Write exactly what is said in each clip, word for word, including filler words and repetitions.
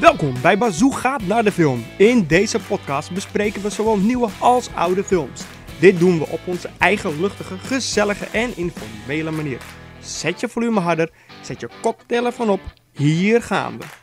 Welkom bij Bazoo gaat naar de film. In deze podcast bespreken we zowel nieuwe als oude films. Dit doen we op onze eigen luchtige, gezellige en informele manier. Zet je volume harder, zet je koptelefoon op. Hier gaan we.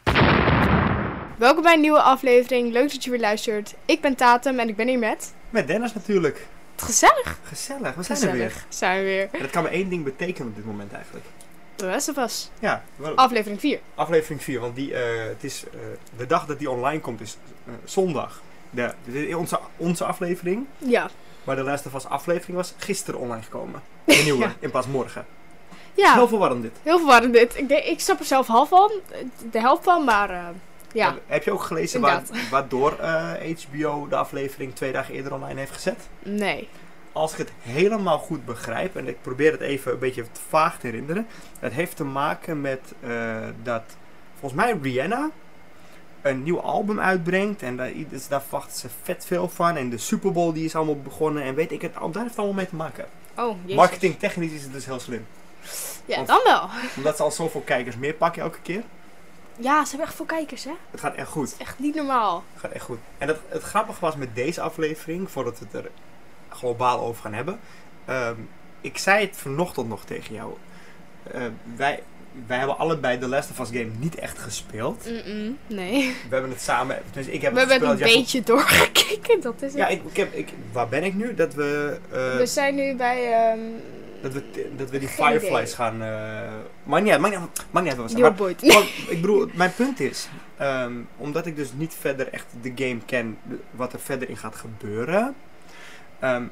Welkom bij een nieuwe aflevering. Leuk dat je weer luistert. Ik ben Tatum en ik ben hier met... Met Dennis natuurlijk. Gezellig. Gezellig, we zijn Gezellig. er weer. Zijn we weer. En dat kan maar één ding betekenen op dit moment eigenlijk. De rest of us. Ja, wel, Aflevering vier. aflevering vier, want die, uh, het is, uh, de dag dat die online komt is uh, zondag. De, de, onze, onze aflevering, Ja. maar de Last of Us aflevering was gisteren online gekomen. De nieuwe, Ja. in pas morgen. Ja. Heel verwarrend dit. Heel verwarrend dit. Ik, denk, ik snap er zelf half van. De helft van, maar uh, ja. Heb, heb je ook gelezen wa- Inderdaad. waardoor uh, H B O de aflevering twee dagen eerder online heeft gezet? Nee. Als ik het helemaal goed begrijp, en ik probeer het even een beetje vaag te herinneren. Het heeft te maken met uh, dat volgens mij Rihanna een nieuw album uitbrengt. En daar, dus daar verwachten ze vet veel van. En de Super Bowl die is allemaal begonnen. En weet ik het, daar heeft het allemaal mee te maken. Oh, jezus. Marketingtechnisch is het dus heel slim. Ja, Want- dan wel. Omdat ze al zoveel kijkers meer pakken elke keer. Ja, ze hebben echt veel kijkers, hè. Het gaat echt goed. Echt niet normaal. Het gaat echt goed. En het, het grappige was met deze aflevering, voordat we het er globaal over gaan hebben. Um, ik zei het vanochtend nog tegen jou. Uh, wij, wij hebben allebei de Last of Us game niet echt gespeeld. Mm-mm. Nee. We hebben het samen... Dus ik heb We het hebben gespeeld. het een jij beetje doorgekeken, dat is het. vond- Ja, ik, ik heb, ik, waar ben ik nu? Dat we... Uh, We zijn nu bij... Um, dat, we dat we die Geen Fireflies idee. gaan... Uh, maakt niet uit, maakt niet uit, maakt niet uit wat we zijn. Your Maar- Boy. Want, ik bedoel, mijn punt is, um, omdat ik dus niet verder echt de game ken, de- wat er verder in gaat gebeuren. Um,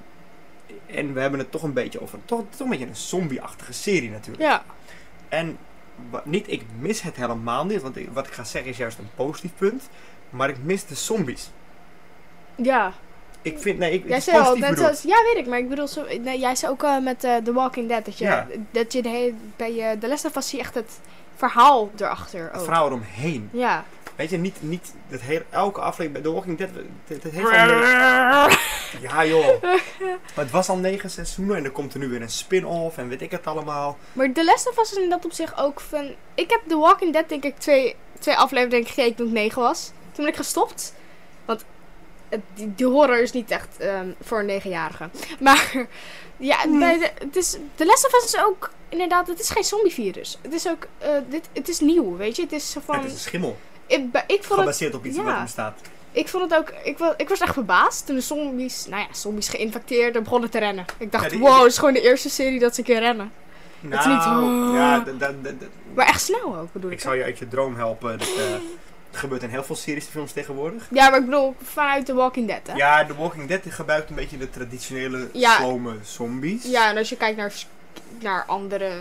en we hebben het toch een beetje over, toch, toch een beetje een zombie-achtige serie natuurlijk. Ja. En wa- niet, ik mis het helemaal niet, want ik, wat ik ga zeggen is juist een positief punt. Maar ik mis de zombies. Ja. Ik vind, nee, ik, Jij het is zei al, positief net bedoeld. zoals, ja weet ik, maar ik bedoel, zo, nee, jij zei ook uh, met uh, The Walking Dead, dat je, Ja. dat je de hele, bij je, de Last of Us zie je echt het verhaal erachter Het ook. verhaal eromheen. Ja. Weet je, niet, niet dat hele, elke aflevering bij The Walking Dead, het, het heeft al negen, ja joh. Maar het was al negen seizoenen en er komt er nu weer een spin-off en weet ik het allemaal. Maar The Last of Us is in dat op zich ook van, ik heb The Walking Dead denk ik twee, twee afleveringen gekeken toen ik negen was. Toen ben ik gestopt, want het, die, die horror is niet echt um, voor een negenjarige. Maar ja, Nee. bij de, het is, The Last of Us is ook, inderdaad, het is geen zombievirus. Het is ook, uh, dit, het is nieuw, weet je, het is zo van... Het is een schimmel, Ik, be- ik vond het, gebaseerd op iets ja. wat er bestaat. ik vond het ook, ik, wa- ik was echt verbaasd toen de zombies, nou ja, zombies geïnfecteerd en begonnen te rennen. Ik dacht, Ja, die- wow, het is gewoon de eerste serie dat ze een keer rennen. Nou, is niet- ja, d- d- d- d- Maar echt snel ook, bedoel ik. ik zal je uit je droom helpen. Dat, uh, het gebeurt in heel veel series en films tegenwoordig. Ja, maar ik bedoel, vanuit The Walking Dead, hè? Ja, The Walking Dead gebruikt een beetje de traditionele Ja. slome zombies. Ja, en als je kijkt naar, naar andere,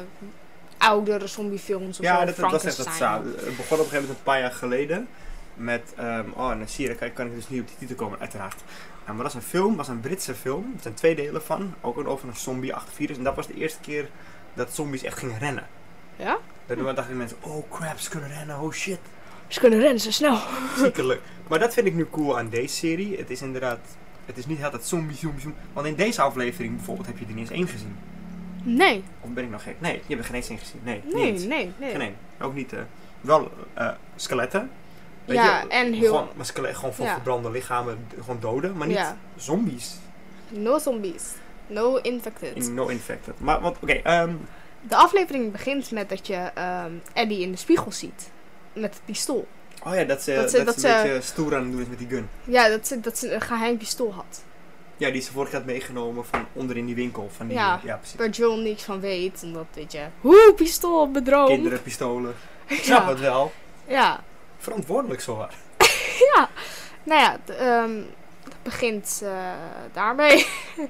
oudere zombiefilms of Ja, zo, dat, dat was echt dat Frankenstein. za- Het begon op een gegeven moment een paar jaar geleden. Met, um, oh, en dan zie je, dan kan, kan ik dus niet op die titel komen, uiteraard. Uh, maar dat is een film, dat is een Britse film. Er zijn twee delen van, ook over een zombie-achtig virus. En dat was de eerste keer dat zombies echt gingen rennen. Ja? Daardoor dachten mensen, oh crap, ze kunnen rennen, oh shit. Ze kunnen rennen zo snel. Ziekelijk. Maar dat vind ik nu cool aan deze serie. Het is inderdaad, het is niet altijd zombie, zombie, zombie. Want in deze aflevering bijvoorbeeld heb je er niet eens één gezien. Nee, Of ben ik nog gek? Nee, je hebt er geen eens één gezien. Nee, niet nee, eens. nee, nee. Geen één. Ook niet, uh, wel uh, skeletten. Weet Ja, je, en heel- Gewoon, maar skele- gewoon van Ja. verbrande lichamen, d- gewoon doden, maar niet Ja. zombies. No zombies. No infected. In no infected. Maar, want, oké, okay, um, De aflevering begint met dat je um, Ellie in de spiegel ziet. Met het pistool. oh ja, dat ze, Dat dat ze- ze, dat een ze- beetje stoer aan het doen is met die gun. Ja, dat ze, dat ze een geheim pistool had. Ja, die ze vorig jaar had meegenomen van onderin die winkel. Van die, Ja. ja precies. Waar Joel niks van weet. Omdat, weet je, hoe pistool, bedroom. Kinderen, pistolen. Ik snap Ja. het wel. Ja. Verantwoordelijk zo waar. Ja. Nou ja, d- ehm, het begint uh, daarmee.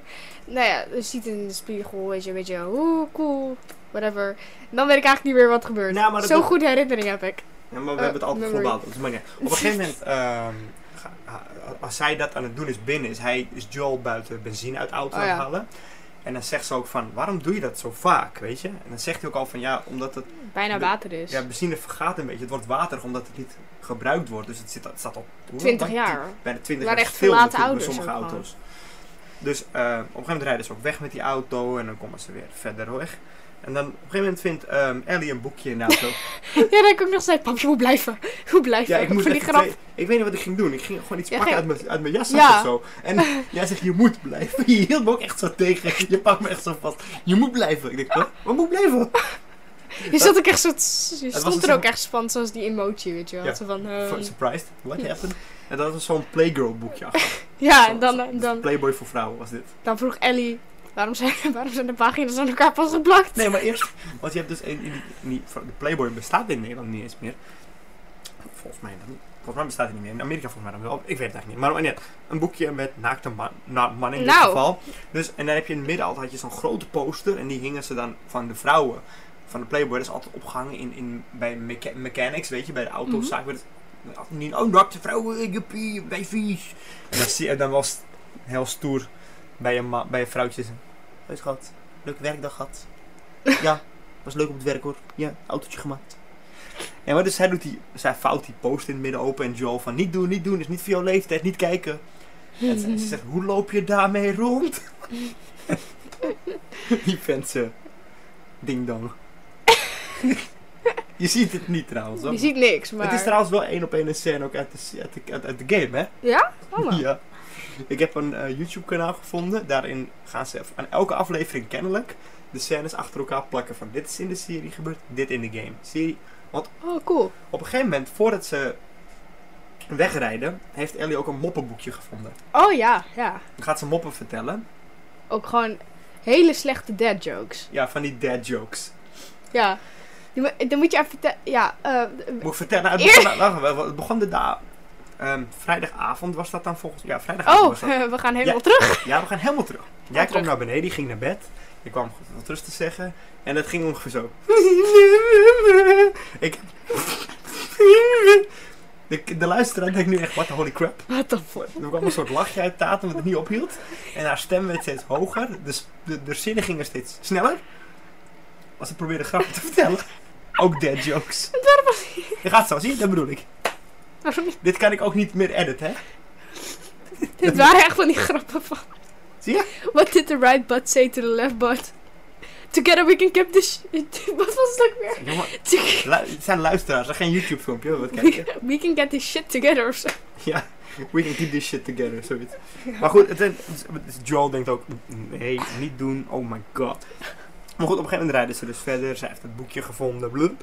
Nou ja, je ziet in de spiegel, weet je, weet je, oeh, cool, whatever. En dan weet ik eigenlijk niet meer wat gebeurt. Nou, maar dat Zo'n doet- goede herinnering heb ik. Ja, maar we Uh, hebben het altijd memory. globaal. Dus maar niet. Op een gegeven moment, ehm, ga- ha- als zij dat aan het doen is binnen, is, hij, is Joel buiten benzine uit de auto Oh, aan het ja. halen. En dan zegt ze ook van, waarom doe je dat zo vaak, weet je? En dan zegt hij ook al van, ja, omdat het, Bijna De- water is. ja, benzine vergaat een beetje. Het wordt waterig omdat het niet gebruikt wordt. Dus het, zit, het staat op hoe- twintig wat? jaar. Bijna twintig Waren jaar. echt Veel verlaten natuurlijk bij ouders sommige ook auto's. Dus uh, op een gegeven moment rijden ze ook weg met die auto en dan komen ze weer verder weg. En dan op een gegeven moment vindt um, Ellie een boekje in de auto. Ja, dan heb ik ook nog steeds, pap, je moet blijven. Je moet blijven. Ja, ik moest Voor die echt grap. twee- ik weet niet wat ik ging doen. Ik ging gewoon iets Ja, pakken ging- uit mijn, uit mijn jaszak Ja. of zo. En jij zegt, je moet blijven. Je hield me ook echt zo tegen. Je pakt me echt zo vast. Je moet blijven. Ik denk, wat? Wat moet ik blijven? Je zat ook echt zo... Je was stond dus er ook een- echt van, zoals die emoji, weet je wel. Ja. Zo van, ehm, Surprised? What happened? En dat was zo'n Playgirl boekje achter. ja, Zo- en dan, zo- dan, Playboy voor vrouwen was dit. dan vroeg Ellie, waarom zijn, waarom zijn de pagina's aan elkaar pas geplakt? Nee, maar eerst, want je hebt dus een, in die- in die- de Playboy bestaat in Nederland niet eens meer. Volgens mij dan. Volgens mij bestaat het niet meer. In Amerika volgens mij dan wel. Ik weet het eigenlijk niet. Maar, maar niet. Een boekje met naakte man, na, man in dit Nou. geval. Dus, en dan heb je in het midden altijd had je zo'n grote poster. En die hingen ze dan van de vrouwen van de Playboy. Dat is altijd opgehangen in, in, bij mecha- mechanics, weet je, bij de autozaak. werd het altijd niet, oh, naakte vrouwen, juppie, wij vies. En dan, zie je, dan was het heel stoer bij een, ma- bij een vrouwtje. Hoi schat, leuke werkdag gehad. Ja, was leuk op het werk hoor. Ja, autootje gemaakt. En maar dus zij, doet die, zij vouwt die post in het midden open en Joel van niet doen, niet doen, is niet voor jouw leeftijd, niet kijken. En ze, ze zegt, hoe loop je daarmee rond? Die vent ze, ding dong. Je ziet het niet trouwens hoor. Je ziet niks, maar... Het is trouwens wel één op één een scène ook uit de, uit de, uit, uit de game hè. Ja? Oh, maar. Ja. Ik heb een uh, YouTube kanaal gevonden, daarin gaan ze aan elke aflevering kennelijk de scènes achter elkaar plakken van dit is in de serie gebeurd, dit in de game. Serie. Oh, cool. Op een gegeven moment, voordat ze wegrijden, heeft Ellie ook een moppenboekje gevonden. Oh ja, ja. Dan gaat ze moppen vertellen. Ook gewoon hele slechte dad jokes. Ja, van die dad jokes. Ja. Die mo- Dan moet je even... vertellen. Ja, eh... Moet ik vertellen, het Eer- begon, wacht, wacht, het begon de dag. Um, vrijdagavond was dat dan volgens Ja, vrijdagavond Oh, was dat. we gaan helemaal Ja. terug. Ja, we gaan helemaal terug. Jij terug. kwam naar beneden, je ging naar bed. Je kwam wat rust te zeggen. En dat ging ongeveer zo. Ik... De, de luisteraar denkt nu echt, what the holy crap. What the fuck? Er kwam een soort lachje uit Tatum wat het niet ophield. En haar stem werd steeds hoger. Dus de, de zinnen gingen steeds sneller. Als ze probeerde grappen te vertellen. Ook dad jokes. Je gaat zo, zie je? Dat bedoel ik. Waarom niet? Dit kan ik ook niet meer editen, hè? Dit waren echt van die grappen van... Zie je? What did the right butt say to the left butt? Together we can keep this... Wat was het ook weer? Jongen, To- lu- het zijn luisteraars, dat is geen YouTube filmpje. Wat kijken. We can get this shit together of zo. Ja, we can keep this shit together, zoiets. Maar goed, het, het, het- Joel denkt ook, nee, niet doen, oh my god. Maar goed, op een gegeven moment rijden ze dus verder. Ze heeft het boekje gevonden, blub.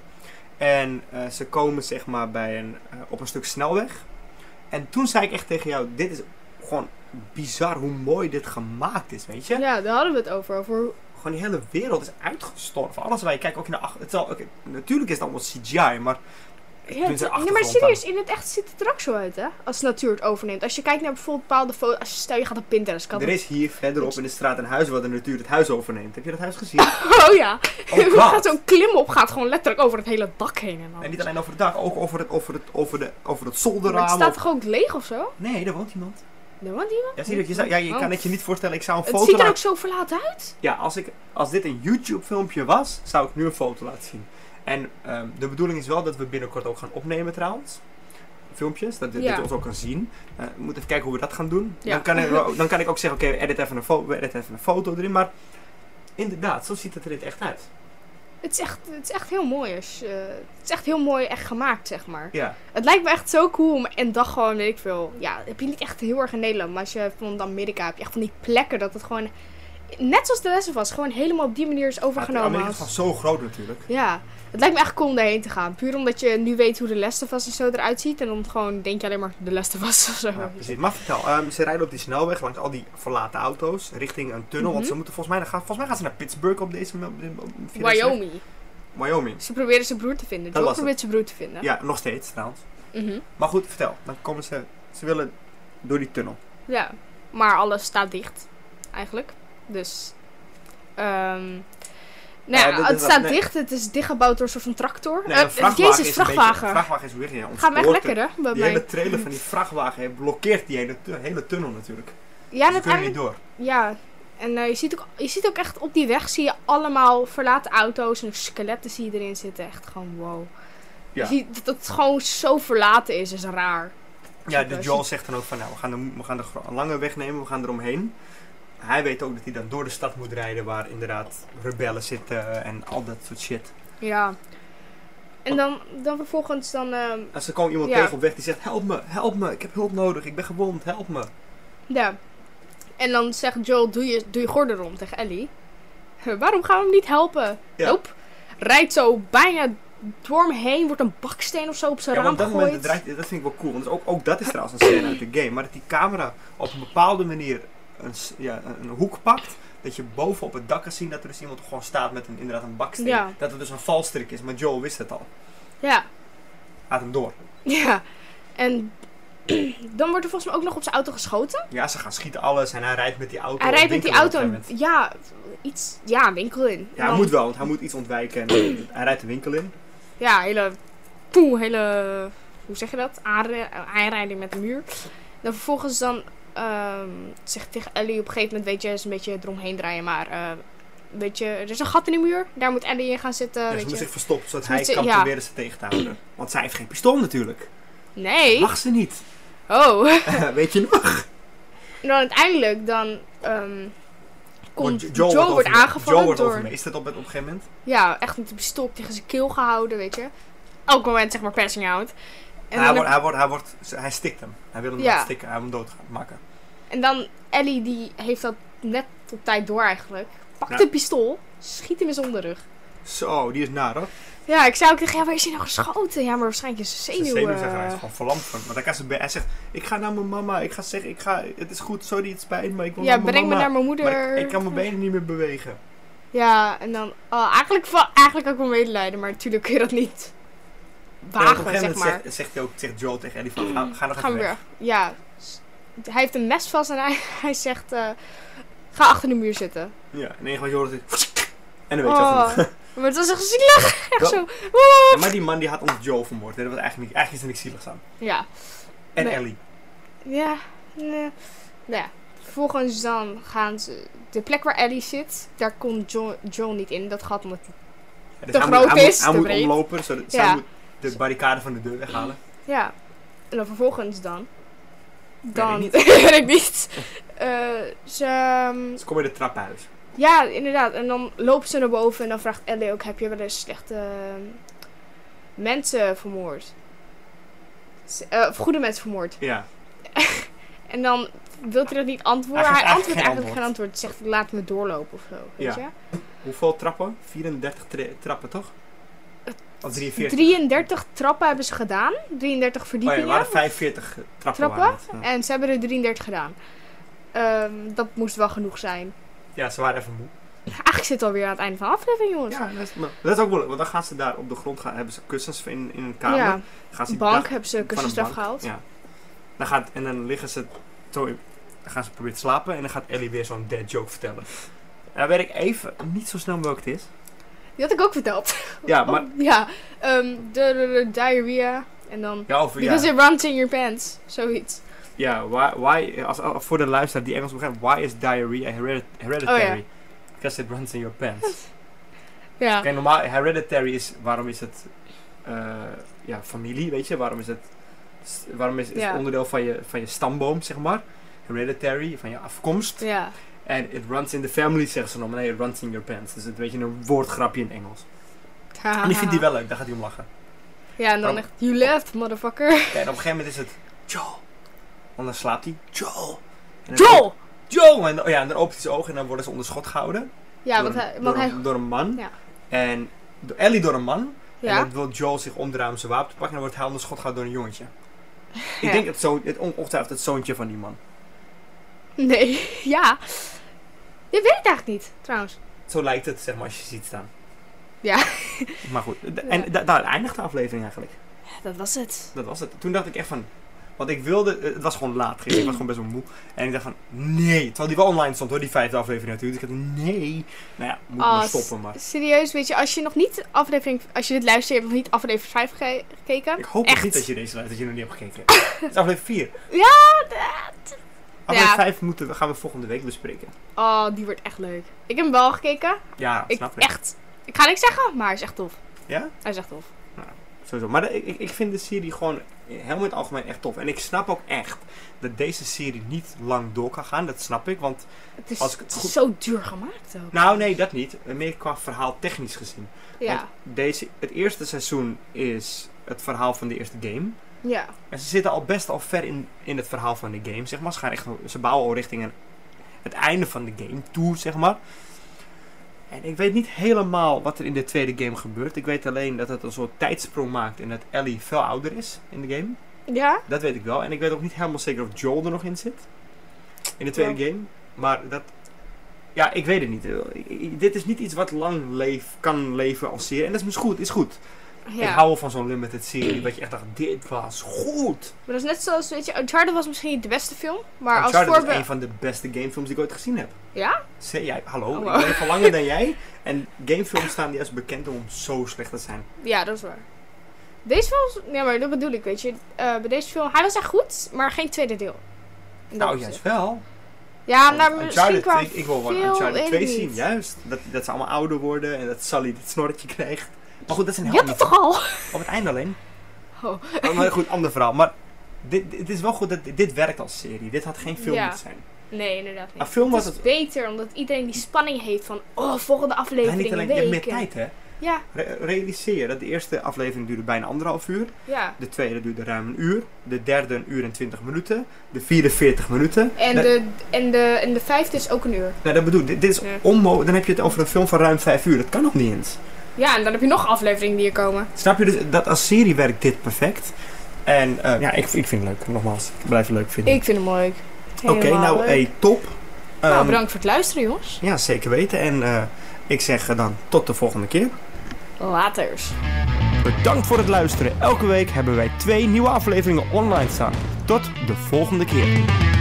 En uh, ze komen zeg maar bij een, uh, op een stuk snelweg. En toen zei ik echt tegen jou, dit is gewoon bizar hoe mooi dit gemaakt is, weet je? Ja, daar hadden we het over. Over... Gewoon die hele wereld is uitgestorven. Alles waar je kijkt, ook in de achter... Het zal, okay, natuurlijk is het allemaal C G I, maar... Ja, Doen het- ze nee, maar achtergrond serieus, in het echt ziet het er ook zo uit, hè? Als de natuur het overneemt. Als je kijkt naar bijvoorbeeld bepaalde foto's... Als je, stel, je gaat op Pinterest. Kan Er is hier verderop in de straat een huis waar de natuur het huis overneemt. Heb je dat huis gezien? Oh ja. Oh Er god. gaat zo'n klim op, gaat gewoon letterlijk over het hele dak heen. En, En niet alleen over het dak, ook over het, over het, over de, over het maar zolderraam. het staat of- toch ook leeg of zo? Nee, daar woont iemand. Nee, want die Ja, zie je, je, zou- ja, je Oh. kan het je niet voorstellen. Ik zou een Het foto ziet er laten... ook zo verlaten uit. Ja, als, ik, als dit een YouTube filmpje was, zou ik nu een foto laten zien. En ehm, de bedoeling is wel dat we binnenkort ook gaan opnemen trouwens. Filmpjes, dat, dat Ja. je ons ook kan zien. Eh, we moeten even kijken hoe we dat gaan doen. Ja. Dan, kan ik, wel- dan kan ik ook zeggen, oké, we edit even een fo- we editen even een foto erin. Maar inderdaad, zo ziet het er dit echt uit. Het is echt, het is echt heel mooi. Als, je- het is echt heel mooi echt gemaakt, zeg maar. Ja, Het lijkt me echt zo cool om een dag gewoon, weet ik veel... Ja, heb je niet echt heel erg in Nederland. Maar als je van Amerika heb je echt van die plekken dat het gewoon... Net zoals de Last of Us, gewoon helemaal op die manier is overgenomen. Amerika is als- gewoon zo groot natuurlijk. Ja, het lijkt me echt cool om daarheen te gaan. Puur omdat je nu weet hoe de Last of Us en zo eruit ziet. En dan gewoon denk je alleen maar de Last of Us of zo. Ja, precies. Maar vertel, ehm, ze rijden op die snelweg langs al die verlaten auto's richting een tunnel. Want Mhm. ze moeten volgens mij, gaan, volgens mij gaan ze naar Pittsburgh op deze op de- op- via deze weg. Wyoming. Wyoming. Ze proberen zijn broer te vinden. Dat Joel was het. probeert zijn broer te vinden. Ja, nog steeds trouwens. Mhm. Maar goed, vertel. Dan komen ze, ze willen door die tunnel. Ja, maar alles staat dicht. Eigenlijk. Dus... ehm nou Ja, ja, dit is het dat- staat nee. dicht. Het is dichtgebouwd door een soort van tractor. Nee, Eh, een vrachtwagen Jezus, is een vrachtwagen. beetje... Een vrachtwagen is weer ja, Gaat me echt lekker, hè? Bij Die mij. hele trailer van die vrachtwagen heeft blokkeert die hele, tu- hele tunnel natuurlijk. Ja, Dus dat ze kunnen niet eigenlijk... door. Ja. En eh, je, ziet ook, je ziet ook echt op die weg zie je allemaal verlaten auto's en skeletten zie je erin zitten. Echt gewoon wow. Ja. Je ziet dat het gewoon zo verlaten is, is raar. Ja, de Super. Joel zegt dan ook van, nou, we gaan de, we gaan de gro- lange weg nemen, we gaan eromheen. hij weet ook dat hij dan door de stad moet rijden waar inderdaad rebellen zitten en al dat soort shit. Ja. En dan, dan vervolgens dan... ehm, En ze komen iemand Ja. tegen op weg die zegt, help me, help me, ik heb hulp nodig, ik ben gewond, help me. ja. En dan zegt Joel, doe je, doe je gordel om tegen Ellie. "Huh, waarom gaan we hem niet helpen? Ja. Nope. Rijdt zo bijna door hem heen, wordt een baksteen of zo op zijn Ja, raam want dat gegooid. moment, het draait, dat vind ik wel cool, want ook, ook dat is trouwens een scène uit de game. Maar dat die camera op een bepaalde manier een, s- ja, een, een hoek pakt, dat je boven op het dak kan zien dat er dus iemand gewoon staat met een, inderdaad een baksteen. Ja. Dat het dus een valstrik is, maar Joel wist het al. Ja. Gaat hem door. Ja. En dan wordt er volgens mij ook nog op zijn auto geschoten. Ja, ze gaan schieten alles en hij rijdt met die auto. Hij rijdt met die winkelen op auto, een gegeven een- ja, iets, ja, een winkel in. En Ja, hij dan- moet wel, want hij moet iets ontwijken. En hij rijdt de winkel in. Ja, hele, poeh, hele, hoe zeg je dat? Aanri- Aanrijding met de muur. Dan vervolgens dan, ehm zegt tegen Ellie op een gegeven moment, weet je, is een beetje eromheen draaien, maar, eh, weet je, er is een gat in de muur, daar moet Ellie in gaan zitten, Ja, ze weet moet je. zich verstoppen, zodat Ze hij moet zich- kan ja. proberen ze tegen te houden. Want zij heeft geen pistool natuurlijk. Nee. Mag ze niet. Oh. Weet je nog? En dan uiteindelijk, dan, ehm komt Want Joel, wordt, overme- aangevallen Joel wordt door, overmeesterd op, op een gegeven moment. ja, echt met een pistool tegen zijn keel gehouden, weet je. Elk moment, zeg maar, passing out. En hij, dan, wordt, hij, wordt, hij, wordt, hij stikt hem. Hij wil hem Ja. laten stikken. Hij wil hem dood gaan maken. en dan Ellie, die heeft dat net op tijd door eigenlijk. Pakt Ja. een pistool, schiet hem in zijn onderrug. Zo, die is naar hoor. Ja, ik zou ook zeggen, ja, waar is hij nou geschoten? Ja, maar waarschijnlijk is zijn Zijn zenuw... zenuw zegt, eh, hij is gewoon verlamd van. Maar dan kan ze bij, hij zegt, ik ga naar mijn mama. Ik ga zeggen, ik ga, het is goed, sorry, het spijt me. Ik wil ja, naar mijn breng me mama. naar mijn moeder. Maar ik, ik kan mijn benen niet meer bewegen. Ja, en dan... Oh, eigenlijk, va- eigenlijk ook wel medelijden, maar natuurlijk kun je dat niet Ja, op een wagen, gegeven zeg moment maar. zegt, zegt, hij ook, zegt Joel tegen Ellie van, ga, ga nog Gaan even we weg. weer. Ja. S- Hij heeft een mes vast en hij, hij zegt... eh, ga achter de muur zitten. Ja, en enige wat je hoort is... En dan weet je al Oh, genoeg. maar het was echt zielig. Echt Wel- zo. Ja, maar die man die had ons Joel vermoord. hè. Dat was eigenlijk, niet, eigenlijk is er niks zieligs aan. Ja. En Nee. Ellie. Ja. Nee. Nou ja. Vervolgens dan gaan ze... De plek waar Ellie zit, daar komt Jo- Joel niet in. Dat gat omdat hij... Ja, dus Te hij groot moet, hij is, Moet, hij te moet breed. omlopen, zodat Ja. zij moet de barricade van de deur weghalen. Ja. En dan vervolgens dan... Weet Dan... ik Weet ik niet. Eh, ze... ehm, Ze komen in het trappenhuis. Ja, inderdaad. En dan loopt ze naar boven en dan vraagt Ellie ook... Heb je wel eens slechte ehm, mensen vermoord? S- eh, of goede mensen vermoord. Ja. En dan wil hij dat niet antwoorden. Hij Hij, geeft antwoordt eigenlijk eigenlijk geen geen antwoord. Hij zegt, laat me doorlopen of zo. Weet Ja. je? Hoeveel trappen? vierendertig tra- trappen, toch? Of drieënveertig? drieëndertig trappen hebben ze gedaan. drieëndertig Oh ja, verdiepingen. er waren vijfenveertig trappen. trappen. Waren het. Ja. En ze hebben er drieëndertig gedaan. Ehm, dat moest wel genoeg zijn. Ja, ze waren even moe. Eigenlijk zit het alweer aan het einde van de aflevering, jongens. Ja, dat is, maar dat is ook moeilijk. Want dan gaan ze daar op de grond gaan. Hebben ze kussens in, in een kamer. Ja. Gaan ze die Bank dag- hebben ze van kussens een eraf bank. gehaald. Ja. Dan gaat, en dan liggen ze... Zo, dan gaan ze proberen te slapen. En dan gaat Ellie weer zo'n dead joke vertellen. En dan weet ik even niet zo snel welke het is. Die had ik ook verteld. Ja, maar... Oh, ja, ehm, de, de, de diarrhea. En dan... Ja, over, ja. Because it runs in your pants. Zoiets. Ja, why, why, als, als, voor de luisteraar die Engels begrijpt, why is diarrhea heredit- hereditary? Oh, ja. Because it runs in your pants. Ja. Kijk, normaal, hereditary is, waarom is het, eh, ja, familie, weet je? Waarom is het, s- waarom is, is Ja. het onderdeel van je, van je stamboom, zeg maar? Hereditary, van je afkomst. Ja. En it runs in the family, zeggen ze nog, maar nee, it runs in your pants. Dus het weet je, een woordgrapje in Engels. En die vindt hij wel leuk, daar gaat hij om lachen. Ja, en dan Waarom- echt, you left, motherfucker. Kijk, en op een gegeven moment is het, Joel. En dan slaapt hij, Joel. En dan- Joel! Joel! En, dan- oh ja, en dan opent hij zijn ogen en dan worden ze onder schot gehouden. Ja, door, want hij... door, Want hij een, door een man. Ja. En do- Ellie door een man. En ja. dan wil Joel zich omdraaien om zijn wapen te pakken. En dan wordt hij onder schot gehouden door een jongetje. Ik Ja. denk het, zo, het on- ongetwijfeld het zoontje van die man. Nee, ja. Je weet het eigenlijk niet, trouwens. Zo lijkt het, zeg maar, als je ziet staan. Ja. Maar goed, d- en da- daar eindigt de aflevering eigenlijk. Dat was het. Dat was het. Toen dacht ik echt van... Want ik wilde... eh, Het was gewoon laat gisteren. Ik was gewoon best wel moe. En ik dacht van... Nee. Terwijl die wel online stond hoor. Die vijfde aflevering natuurlijk. Dus ik dacht nee. Nou ja, moet Oh, maar stoppen. Maar Serieus, weet je, als je nog niet aflevering... Als je dit luistert, je hebt nog niet aflevering vijf ge- gekeken. ik hoop echt. echt niet dat je deze luistert. Dat je nog niet hebt gekeken. Het is aflevering vier. Ja, dat... Aflevering Ja. vijf moeten we, gaan we volgende week bespreken. Oh, die wordt echt leuk. Ik heb hem wel gekeken. Ja, Ik, snap ik. echt... Ik ga niks zeggen, maar hij is echt tof. Ja? Hij is echt tof. Sowieso. Maar de, ik, ik vind de serie gewoon helemaal in het algemeen echt tof. En ik snap ook echt dat deze serie niet lang door kan gaan. Dat snap ik, want... Het is, Als ik het het is goed- zo duur gemaakt ook. Nou, nee, dat niet. Meer qua verhaal technisch gezien. Ja, Want deze, het eerste seizoen is het verhaal van de eerste game. ja. En ze zitten al best al ver in, in het verhaal van de game, zeg maar. Ze, gaan echt, ze bouwen al richting een, het einde van de game toe, zeg maar. En ik weet niet helemaal wat er in de tweede game gebeurt. Ik weet alleen dat het een soort tijdsprong maakt en dat Ellie veel ouder is in de game. Ja? Dat weet ik wel. En ik weet ook niet helemaal zeker of Joel er nog in zit. In de tweede game. Maar dat... Ja, ik weet het niet. I- I- Dit is niet iets wat lang leef, kan leven als serie. En dat is misschien goed. Is goed. Ja. Ik hou wel van zo'n limited serie. Dat je echt dacht, dit was goed. Maar dat is net zoals, weet je, Uncharted was misschien niet de beste film, maar als Uncharted is voorbeeld... een van de beste gamefilms die ik ooit gezien heb. Ja? Zeg jij, hallo, Oh, wow. ik leef al langer dan jij. En gamefilms staan juist bekend om zo slecht te zijn. Ja, dat is waar. Deze film, ja, maar dat bedoel ik, weet je. Eh, bij deze film, hij was echt goed, maar geen tweede deel. In dat Nou, opzicht. juist wel. Ja, Want nou, misschien Uncharted qua twee, ik wil wel veel, Uncharted weet ik twee niet. zien, juist. Dat, dat ze allemaal ouder worden en dat Sully dit snorretje krijgt. Maar goed, dat is een Je heel had het toch al? Op het einde alleen. Oh. Maar, maar goed, ander verhaal. Maar dit, het is wel goed dat dit werkt als serie. Dit had geen film Ja. moeten zijn. Nee, inderdaad niet. Maar film was het is het... beter, omdat iedereen die spanning heeft van, oh, volgende Ja, aflevering niet in alleen, een je hebt week. meer en- tijd, hè. Ja, Re- realiseer je dat de eerste aflevering duurde bijna anderhalf uur. ja. De tweede duurde ruim een uur. De derde een uur en twintig minuten. De vierde veertig minuten. En Dat- de, en, de, en de vijfde is ook een uur. Nou, dat bedoel ik. Dit, dit is Ja. onmogelijk. Dan heb je het over een film van ruim vijf uur. Dat kan nog niet eens. Ja, en dan heb je nog afleveringen die er komen. Snap je? Dus dat als serie werkt dit perfect. En eh, ja, ik, ik vind het leuk. Nogmaals, ik blijf het leuk vinden. Ik vind hem leuk. Oké, Helemaal nou, leuk. hey, top. Nou, Ehm, bedankt voor het luisteren, jongens. Ja, zeker weten. En eh, ik zeg eh, dan tot de volgende keer. Laters. Bedankt voor het luisteren. Elke week hebben wij twee nieuwe afleveringen online staan. Tot de volgende keer.